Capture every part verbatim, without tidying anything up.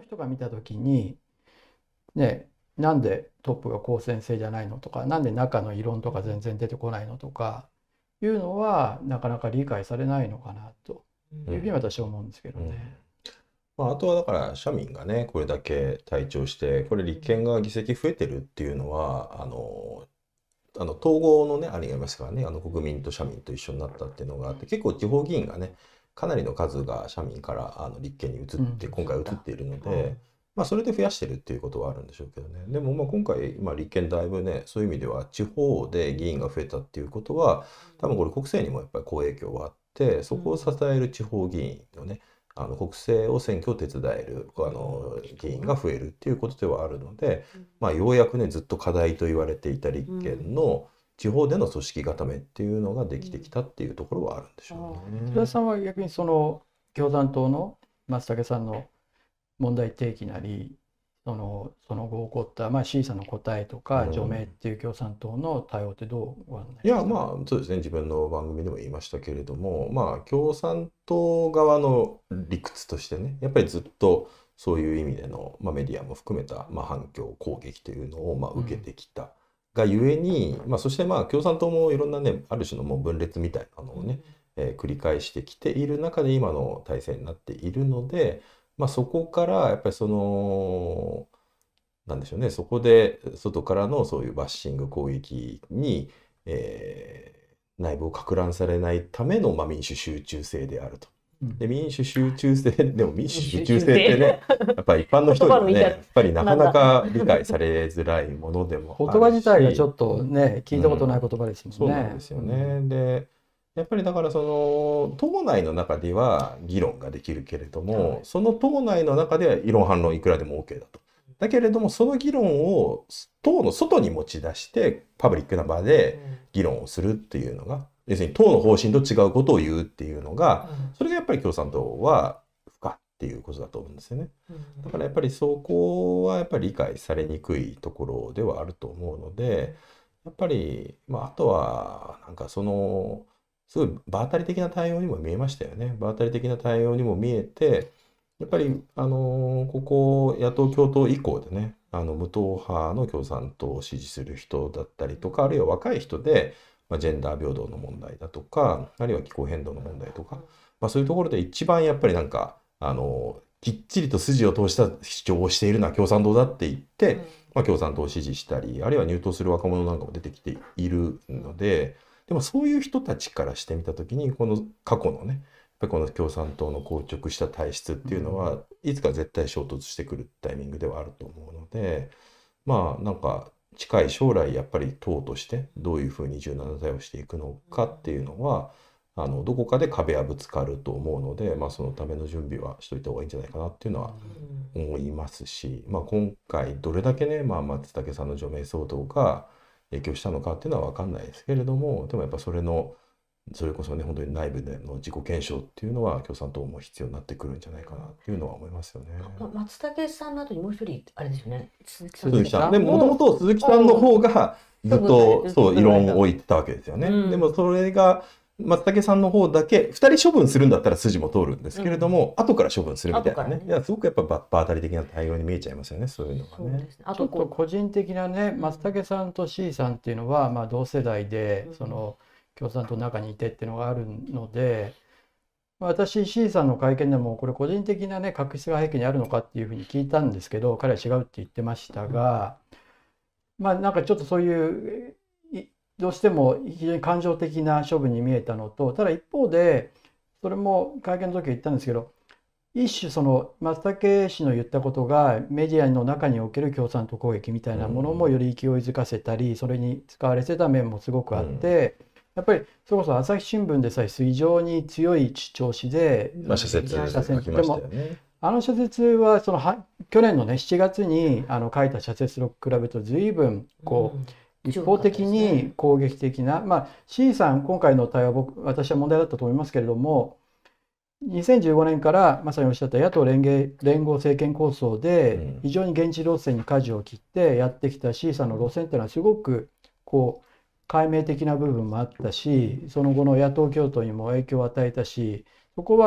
人が見た時にね、なんでトップが公選制じゃないのとか、なんで中の異論とか全然出てこないのとかいうのはなかなか理解されないのかなというふうに私は思うんですけどうんね。 まあ、あとはだから社民がねこれだけ退庁してこれ立憲が議席増えてるっていうのはあのあの統合のねありがありますからねあの国民と社民と一緒になったっていうのがあって結構地方議員がねかなりの数が社民からあの立憲に移っうん、 て今回移っているのうんで、まあ、それで増やしてるっていうことはあるんでしょうけどねでもまあ今回、まあ、立憲だいぶねそういう意味では地方で議員が増えたっていうことは多分これ国政にもやっぱり好影響はあってそこを支える地方議員のねあの国政を選挙を手伝えるあの議員が増えるっていうことではあるので、まあ、ようやくねずっと課題と言われていた立憲の地方での組織固めっていうのができてきたっていうところはあるんでしょうね。 津田さんは逆にその共産党の松竹さんの問題提起なり、そのその後起こった、まあ、C さんの答えとか除名っていう共産党の対応ってどうご覧になりますか？ いやまあそうですね自分の番組でも言いましたけれどもまあ共産党側の理屈としてねやっぱりずっとそういう意味での、まあ、メディアも含めた、まあ、反響攻撃というのを、まあ、受けてきた、がゆえに、まあ、そしてまあ共産党もいろんなねある種のもう分裂みたいなのをね、えー繰り返してきている中で今の体制になっているので、まあ、そこからやっぱりそのなんでしょうねそこで外からのそういうバッシング攻撃に、えー内部をか乱されないための、まあ、民主集中制であると。 うんで民主集中制でも民主集中制ってねやっぱり一般の人にはねやっぱりなかなか理解されづらいものでもあるし言葉自体がちょっとね、聞いたことない言葉ですもんね。 そうなんですよね。でやっぱりだからその党内の中では議論ができるけれども、 はいその党内の中では異論反論いくらでも OK だと。だけれどもその議論を党の外に持ち出してパブリックな場で議論をするっていうのが要するに党の方針と違うことを言うっていうのがそれがやっぱり共産党は不可っていうことだと思うんですよね。だからやっぱりそこはやっぱり理解されにくいところではあると思うのでやっぱり、まあ、あとはなんかそのすごい場当たり的な対応にも見えましたよね。場当たり的な対応にも見えてやっぱりあのここ野党共闘以降でねあの無党派の共産党を支持する人だったりとかあるいは若い人で、まあ、ジェンダー平等の問題だとかあるいは気候変動の問題とか、まあ、そういうところで一番やっぱりなんかあのきっちりと筋を通した主張をしているのは共産党だって言って、まあ、共産党を支持したりあるいは入党する若者なんかも出てきているのででもそういう人たちからしてみた時にこの過去のねやっぱりこの共産党の硬直した体質っていうのはいつか絶対衝突してくるタイミングではあると思うのでまあなんか近い将来やっぱり党としてどういうふうに柔軟な対応していくのかっていうのはあのどこかで壁はぶつかると思うので、まあ、そのための準備はしといた方がいいんじゃないかなっていうのは思いますし、まあ、今回どれだけね、まあ、松竹さんの除名騒動が影響したのかっていうのは分かんないですけれどもでもやっぱそれのそれこそね本当に内部での自己検証っていうのは共産党も必要になってくるんじゃないかなっていうのは思いますよね。 ま松竹さんの後にもう一人あれですよね鈴木さん鈴木さんで鈴木さんもともと鈴木さんの方がずっとうんそう異論を言ってたわけですよね。 うんでもそれが松竹さんの方だけふたり処分するんだったら筋も通るんですけれども、後から処分するみたいなね後からねいやすごくやっぱ場場当たり的な対応に見えちゃいますよねそういうのがね。 そうですねあちょっととこ個人的なね、 ん松竹さんと C さんっていうのは、まあ、同世代でうんその共産党の中にいてっていうのがあるので、まあ私 C さんの会見でもこれ個人的なね確執が背景にあるのかっていうふうに聞いたんですけど彼は違うって言ってましたが、まあなんかちょっとそういういどうしても非常に感情的な処分に見えたのとただ一方でそれも会見の時言ったんですけど一種その松竹氏の言ったことがメディアの中における共産党攻撃みたいなものもより勢いづかせたりそれに使われてた面もすごくあってやっぱりそれこそ朝日新聞でさえ非常に強い調子でまあ社説社書きました説でもよね。 あの社説はそのは去年のねしちがつにあの書いた社説と比べると随分こう一方的に攻撃的な、まあ C さん今回の対応は僕私は問題だったと思いますけれどもにせんじゅうごねんからまさにおっしゃった野党連携連合政権構想で非常に現地路線に舵を切ってやってきた C さんの路線っていうのはすごくこう解明的な部分もあったしその後の野党共闘にも影響を与えたしそこは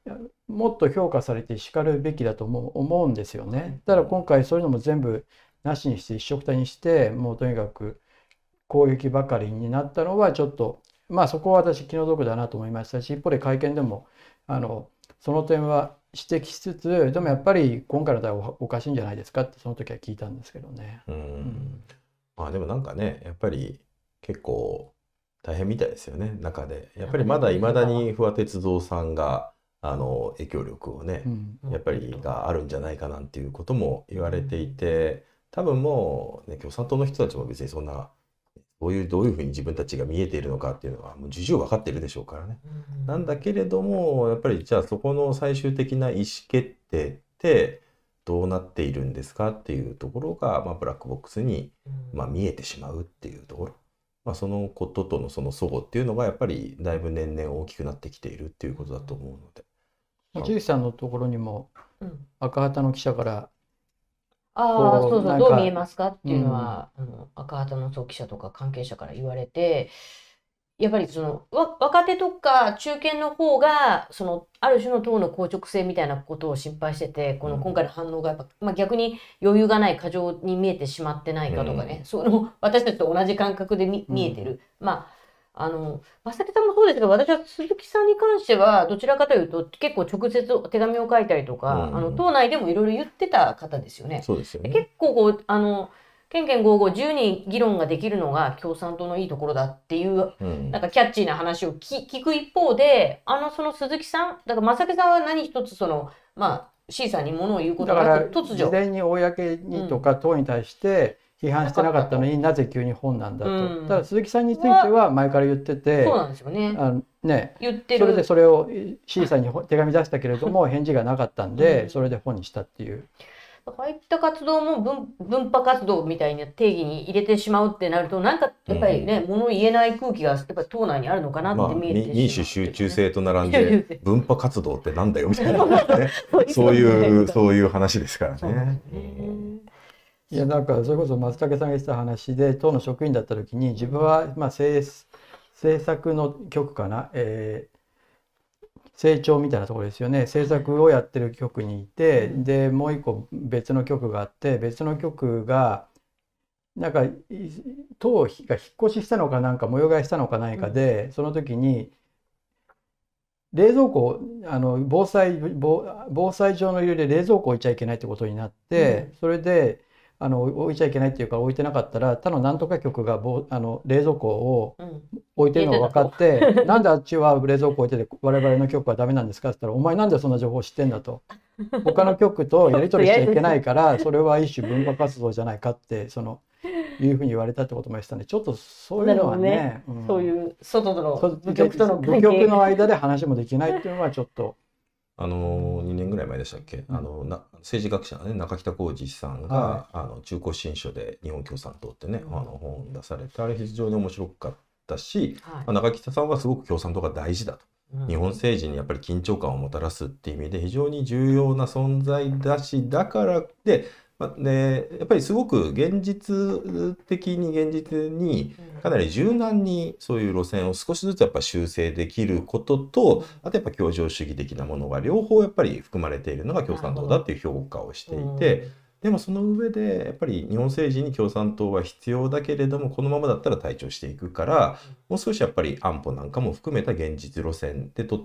もっと評価されて叱るべきだと思う、思うんですよね。ただ今回そういうのも全部なしにして一緒くたにしてもうとにかく攻撃ばかりになったのはちょっとまあそこは私気の毒だなと思いましたし、一方で会見でもあのその点は指摘しつつ、でもやっぱり今回の対応はおかしいんじゃないですかってその時は聞いたんですけどね。 ううんん。まあでもなんかね、やっぱり結構大変みたいですよね、中で。やっぱりまだいまだに不破鉄道さんが、あの、影響力をね、 うんやっぱりがあるんじゃないかなんていうことも言われていて、多分もう、ね、共産党の人たちも別にそんな、どういう、どういうふうに自分たちが見えているのかっていうのは、もう重々分かっているでしょうからね。なんだけれども、やっぱりじゃあそこの最終的な意思決定ってどうなっているんですかっていうところが、まあ、ブラックボックスに、まあ、見えてしまうっていうところ。まあ、そのこととのその齟齬っていうのがやっぱりだいぶ年々大きくなってきているっていうことだと思うので。 望月さんのところにもうん赤旗の記者からああ、 こうそうそう、 なんかどう見えますかっていうのは、あの赤旗のそう記者とか関係者から言われて、やっぱりそのわ若手とか中堅の方がそのある種の党の硬直性みたいなことを心配してて、この今回の反応がやっぱ、まあ、逆に余裕がない過剰に見えてしまってないかとかね、 うんその私たちと同じ感覚で見見えてる。まああの正木さんもそうですけど、私は鈴木さんに関してはどちらかというと結構直接手紙を書いたりとか、 うんあの党内でもいろいろ言ってた方ですよね。 そうですよね。 で結構こうあのけんけんごうごう自由に議論ができるのが共産党のいいところだっていううんなんかキャッチーな話を聞聞く一方で、あのその鈴木さん、だから正木さんは何一つそのまあ C さんに物を言うことだからなく突事如、 前に公にとか党に対して批判してなかったのになぜ急に本なんだと。 うんただ鈴木さんについては前から言ってて、 そうなんですよね。 あのね、 言ってそれでる。 それを C さんに手紙出したけれども返事がなかったんで、 うんそれで本にしたっていう。 ああいった活動も分分派活動みたいな定義に入れてしまうってなると、なんかやっぱりね、物言えない空気がやっぱり党内にあるのかなまあ、 って見えてしまう、 民主集中制と並ん集中で制分派活動ってなんだよみたいな、ね、 そうそういうそそういう話ですからそうなんね。 ですね。 いやなんかそれこそ松竹さんが言ってた話で、党の職員だった時に自分はまあ政政策の局かな、えー政調みたいなところですよね。政策をやってる局にいて、 うんでもう一個別の局があって、別の局がなんかい党が引っ越ししたのかなんか模様替えしたのか何かで、その時に冷蔵庫あの防災防防災上の理由で冷蔵庫置いちゃいけないってことになって、 うんそれであの置いちゃいけないっていうか置いてなかったら他のなんとか局がぼあの冷蔵庫をうん置いてるのが分かってなんであっちは冷蔵庫置いてて我々の局はダメなんですかって言ったら、お前なんでそんな情報知ってんだと。他の局とやり取りしちゃいけないからそれは一種分派活動じゃないかってそのいうふうに言われたってことも言ってたんで、ちょっとそういうのはね、うんそういう外とその部局との部関係局の間で話もできないっていうのはちょっと。 あのにねんぐらい前でしたっけ、あのな政治学者のね中北浩二さんが、 はあの中古新書で日本共産党ってね、 うんあの本出されて、あれ非常に面白かったし、 はいまあ中北さんはすごく共産党が大事だと。 うん日本政治にやっぱり緊張感をもたらすっていう意味で非常に重要な存在だし、だからで、まあでやっぱりすごく現実的に現実にかなり柔軟にそういう路線を少しずつやっぱ修正できることと、あとやっぱ協情主義的なものが両方やっぱり含まれているのが共産党だっていう評価をしていて、でもその上でやっぱり日本政治に共産党は必要だけれども、このままだったら退場していくから、もう少しやっぱり安保なんかも含めた現実路線で取って、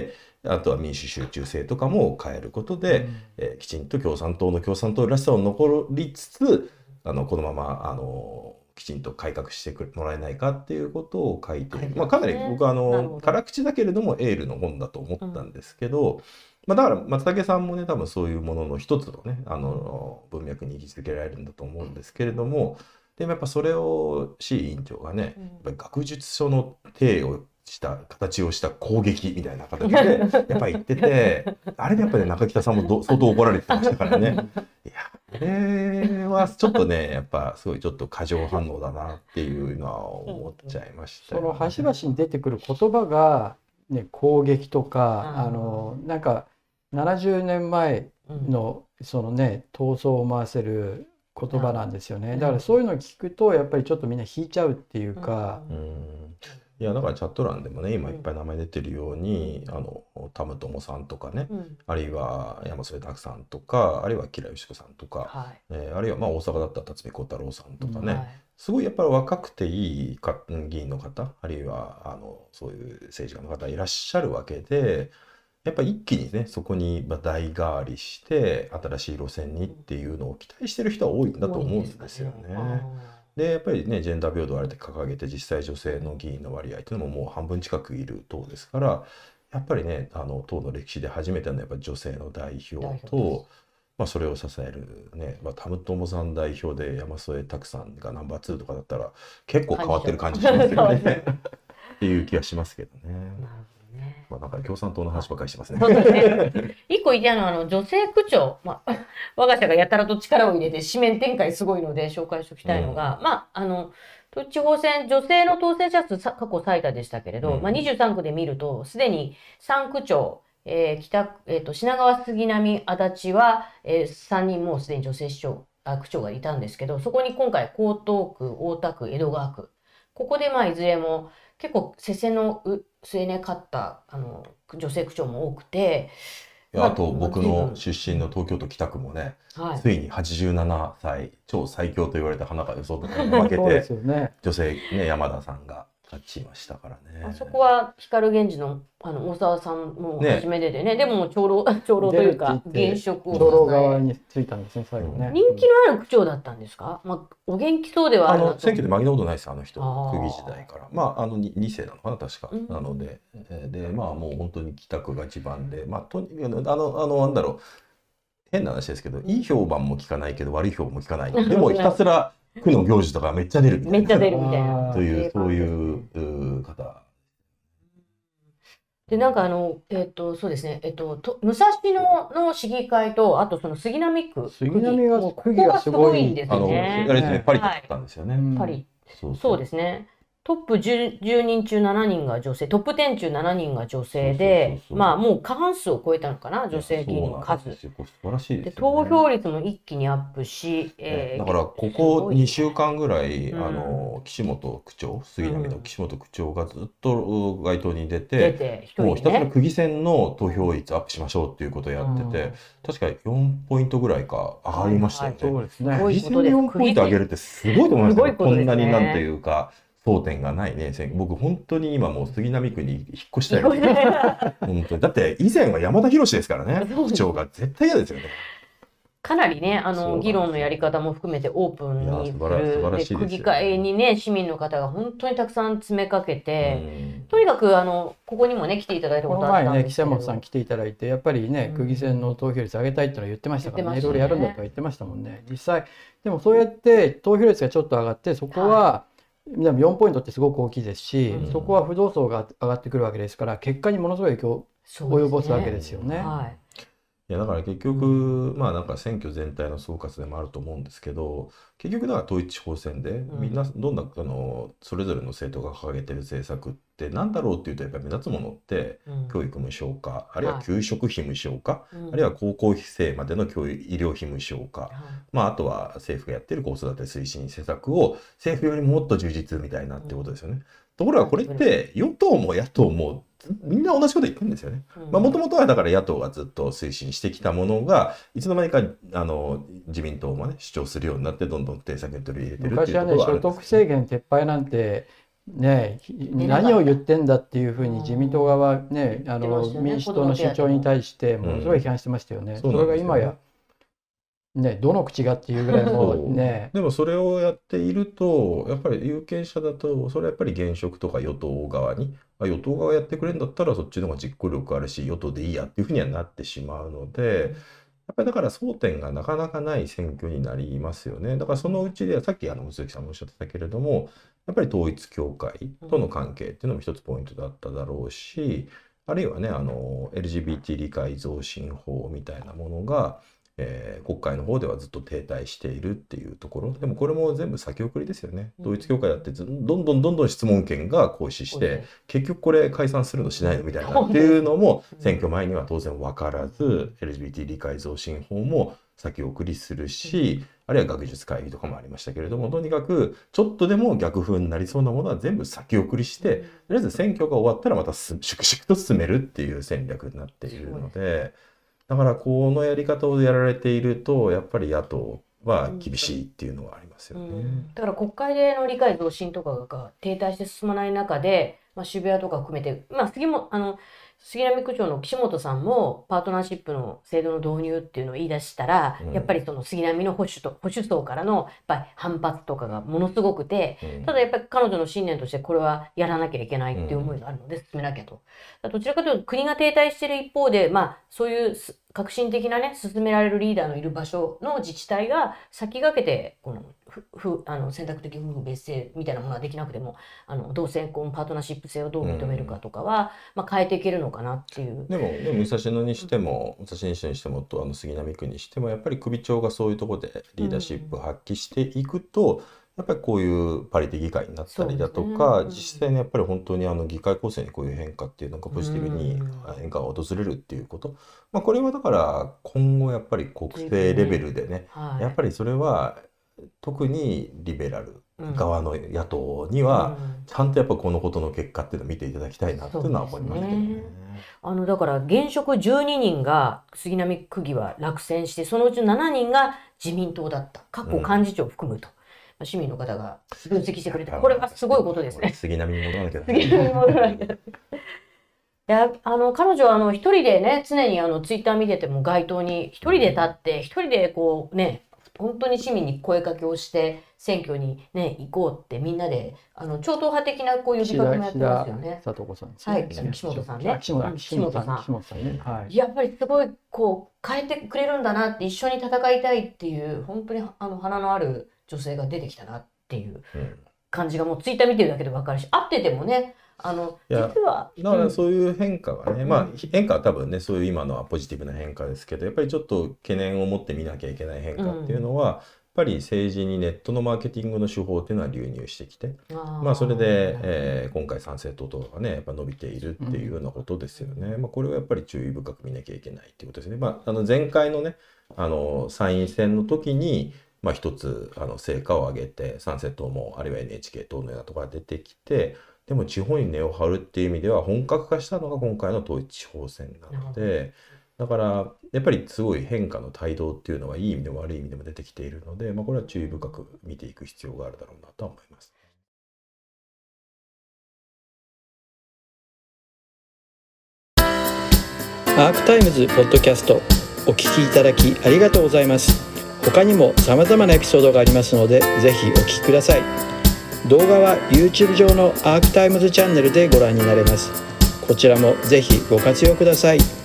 あとは民主集中制とかも変えることで、えーきちんと共産党の共産党らしさを残りつつ、あのこのままあのきちんと改革してもらえないかっていうことを書いている、まあ、かなり僕はあなるほどの辛口だけれどもエールの本だと思ったんですけど、まあ、だから松竹さんもね多分そういうものの一つのねあの文脈に位置づけられるんだと思うんですけれども、でもやっぱそれを C 委員長がね、やっぱり学術書の体をした形をした攻撃みたいな形でやっぱり言ってて、あれでやっぱり中北さんもど相当怒られてましたからね。いやあれはちょっとねやっぱすごいちょっと過剰反応だなっていうのは思っちゃいましたよね。 その端々に出てくる言葉が、ね、攻撃とか、 うんあのなんかななじゅうねんまえのそのね闘争を思わせる言葉なんですよね。だからそういうのを聞くとやっぱりちょっとみんな引いちゃうっていうか、 うんいやだからチャット欄でもね今いっぱい名前出てるように、うん、あの田ムトモさんとかね、うん、あるいは山添拓さんとかあるいは吉良よし子さんとか、はい、えー、あるいはまあ大阪だったら辰巳孝太郎さんとかね、うんはい、すごいやっぱり若くていいか議員の方あるいはあのそういう政治家の方いらっしゃるわけでやっぱり一気にねそこに代替わりして新しい路線にっていうのを期待してる人は多いんだと思うんですよね。でやっぱりねジェンダー平等をあれて掲げて実際女性の議員の割合というのももう半分近くいる党ですからやっぱりねあの党の歴史で初めてのやっぱ女性の代表とまあそれを支えるね、まあ、田ムトモさん代表で山添拓さんがナンバーツーとかだったら結構変わってる感じしますよねっていう気がしますけどね。まあなんか共産党の話ばかりしてますね。 そうですね。一個言いたいのはあの女性区長、まあ、我が社がやたらと力を入れて紙面展開すごいので紹介しておきたいのが、うん、まああの地方選女性の当選者数過去最多でしたけれど、うん、まあ、にじゅうさんくで見るとすでにさん区長、えー北えー、と品川杉並足立は、えー、さんにんもうすでに女性市長あ区長がいたんですけどそこに今回江東区大田区江戸川区ここでまあいずれも結構接戦の末ね勝ったあの女性区長も多くていやあと僕の出身の東京都北区もね、はい、ついにはちじゅうななさい超最強と言われた花川予想とかに負けてね、女性ね山田さんが勝ちましたからね。 あそこは光源氏のあの大沢さんも初めてでね、ねでも長老長老というか現職を長老側についたんですね最後ね。 人気のある区長だったんですか？まあお元気そうではあるなと。 あの選挙で負けたことないですあの人区議時代から。まああのに世なのかな確か、うん、なのででまあもう本当に北区が地盤でまあとにかくあのあのなんだろう変な話ですけどいい評判も聞かないけど悪い評判も聞かない。でもひたすら区の行事とかめっちゃ出るみたいな。 めっちゃ出るみたいな。 というそういう方。 でなんかあのえっとそうですねえっとと武蔵野の市議会とあとその杉並区杉並が区議がすごいんですよね。 あのあれですねパリだったんですよね。 パリそうですね。トップ じゅう, にん中しちにんが女性トップじゅう中しちにんが女性でまあもう過半数を超えたのかな女性議員の数素晴らしいですよね。 で投票率も一気にアップし、 えー、だからここにしゅうかんぐらい、うん、あの岸本区長杉並の岸本区長がずっと街頭に出て、出てもうひたすら区議選の投票率アップしましょうっていうことをやってて、うん、確かよんポイントぐらいか上がりましたよね。 そうですね。 区議選でよんポイント上げるってすごいと思いますよ。こんなになんていうか。争点がないね。僕本当に今もう杉並区に引っ越したい。本当にだって以前は山田博ですからね。区長が絶対嫌ですよね。 かなりねあの議論のやり方も含めてオープンにするで区議会にね市民の方が本当にたくさん詰めかけて、とにかくあのここにもね来ていただいたことあったんですけど、 この前ね岸本さん来ていただいてやっぱりね、うん、区議選の投票率上げたいってのは言ってましたからね、いろいろやるんだとは言ってましたもんね。実際でもそうやって投票率がちょっと上がってそこは、はい、でもよんポイントってすごく大きいですし、うん、そこは不動層が上がってくるわけですから結果にものすごい影響を及ぼすわけですよね。 いやだから結局、うん、まあなんか選挙全体の総括でもあると思うんですけど結局だから統一地方選で、うん、みんなどんなあのそれぞれの政党が掲げてる政策ってなんだろうっていうとやっぱり目立つものって、うん、教育無償化あるいは給食費無償化、はい、あるいは高校生までの教育医療費無償化、うん、まああとは政府がやってる子育て推進施策を政府よりもっと充実みたいなってことですよね。ところがこれって与党も野党もみんな同じこと言ってるんですよね。もともとはだから野党がずっと推進してきたものがいつの間にかあの自民党もね主張するようになってどんどん政策に取り入れてるっていうところがあるんです。 昔はね所得制限撤廃なんてね何を言ってんだっていうふうに自民党側はねあの民主党の主張に対してものすごい批判してましたよね。それが今やね、どの口がっていうぐらいもねでもそれをやっているとやっぱり有権者だとそれはやっぱり現職とか与党側に与党側やってくれるんだったらそっちの方が実行力あるし与党でいいやっていうふうにはなってしまうのでやっぱりだから争点がなかなかない選挙になりますよね。だからそのうちでさっきあの鈴木さんもおっしゃってたけれどもやっぱり統一教会との関係っていうのも一つポイントだっただろうしあるいはねあの エルジービーティー 理解増進法みたいなものがえー国会の方ではずっと停滞しているっていうところ。でもこれも全部先送りですよね。 うん統一教会だってずどんどんどんどん質問権が行使して、結局これ解散するのしないのみたいなっていうのもうん選挙前には当然分からず、 エルジービーティー 理解増進法も先送りするし、あるいは学術会議とかもありましたけれども、とにかくちょっとでも逆風になりそうなものは全部先送りして、とりあえず選挙が終わったらまたす粛々と進めるっていう戦略になっているので、だからこのやり方をやられているとやっぱり野党は厳しいっていうのはありますよね。 うんだから国会での理解増進とかが停滞して進まない中で、まあ、渋谷とか含めて、まあ、杉もあの杉並区長の岸本さんもパートナーシップの制度の導入っていうのを言い出したら、 うんやっぱりその杉並の保守と保守層からのやっぱり反発とかがものすごくて、 うんただやっぱり彼女の信念としてこれはやらなきゃいけないっていう思いがあるので進めなきゃと。だからどちらかというと国が停滞している一方で、まあ、そういうす革新的なね進められるリーダーのいる場所の自治体が先駆けてこのふふあの選択的夫婦別姓みたいなものはできなくてもあの同性婚パートナーシップ制をどう認めるかとかは、まあ、変えていけるのかなっていう。 でも、ね、武蔵野にしても武蔵野市にしてもとあの杉並区にしてもやっぱり首長がそういうところでリーダーシップを発揮していくと、やっぱりこういうパリテ議会になったりだとか、 そうですね実際にやっぱり本当にあの議会構成にこういう変化っていうのがポジティブにうん変化が訪れるっていうこと、まあ、これはだから今後やっぱり国政レベルでね、 はい、 やっぱりそれは特にリベラル側の野党にはうんちゃんとやっぱこのことの結果っていうのを見ていただきたいなっていうのは思いますけどね。 そうですねあのだから現職じゅうににんが杉並区議は落選してそのうちななにんが自民党だった過去幹事長を含むと、まあ市民の方が分析してくれてこれはすごいことですね。 杉並に戻らなきゃ杉並に戻らなきゃいやあの彼女はあの一人でね常にあのツイッター見てても街頭に一人で立って一人でこうね本当に市民に声かけをして選挙にね行こうってみんなであの超党派的なこういう呼びかけもやってますよね。 佐藤子さんですはいね。 岸本さんねあ岸本うん岸本さん岸本さん岸本さんね。はい。 やっぱりすごいこう変えてくれるんだなって一緒に戦いたいっていう本当にあの花のある女性が出てきたなっていううん感じがもうツイッター見てるだけで分かるし会っててもねあのいや実はだからそういう変化がね、 うんまあ変化は多分ねそういう今のはポジティブな変化ですけど、やっぱりちょっと懸念を持って見なきゃいけない変化っていうのは、やっぱり政治にネットのマーケティングの手法っていうのは流入してきて、 あーまあそれで、えー今回参政党とかがねやっぱ伸びているっていうようなことですよね。まあこれはやっぱり注意深く見なきゃいけないっていうことですね。まああの前回のねあの参院選の時にまあ一つあの成果を上げて参政党もあるいは エヌエイチケー 等のようなところが出てきて、でも地方に根を張るっていう意味では本格化したのが今回の統一地方選なので、だからやっぱりすごい変化の態度っていうのはいい意味でも悪い意味でも出てきているので、まあ、これは注意深く見ていく必要があるだろうなとは思います。 アークタイムズポッドキャストお聞きいただきありがとうございます。他にも様々なエピソードがありますのでぜひお聞きください。動画は YouTube 上のアークタイムズチャンネルでご覧になれます。こちらもぜひご活用ください。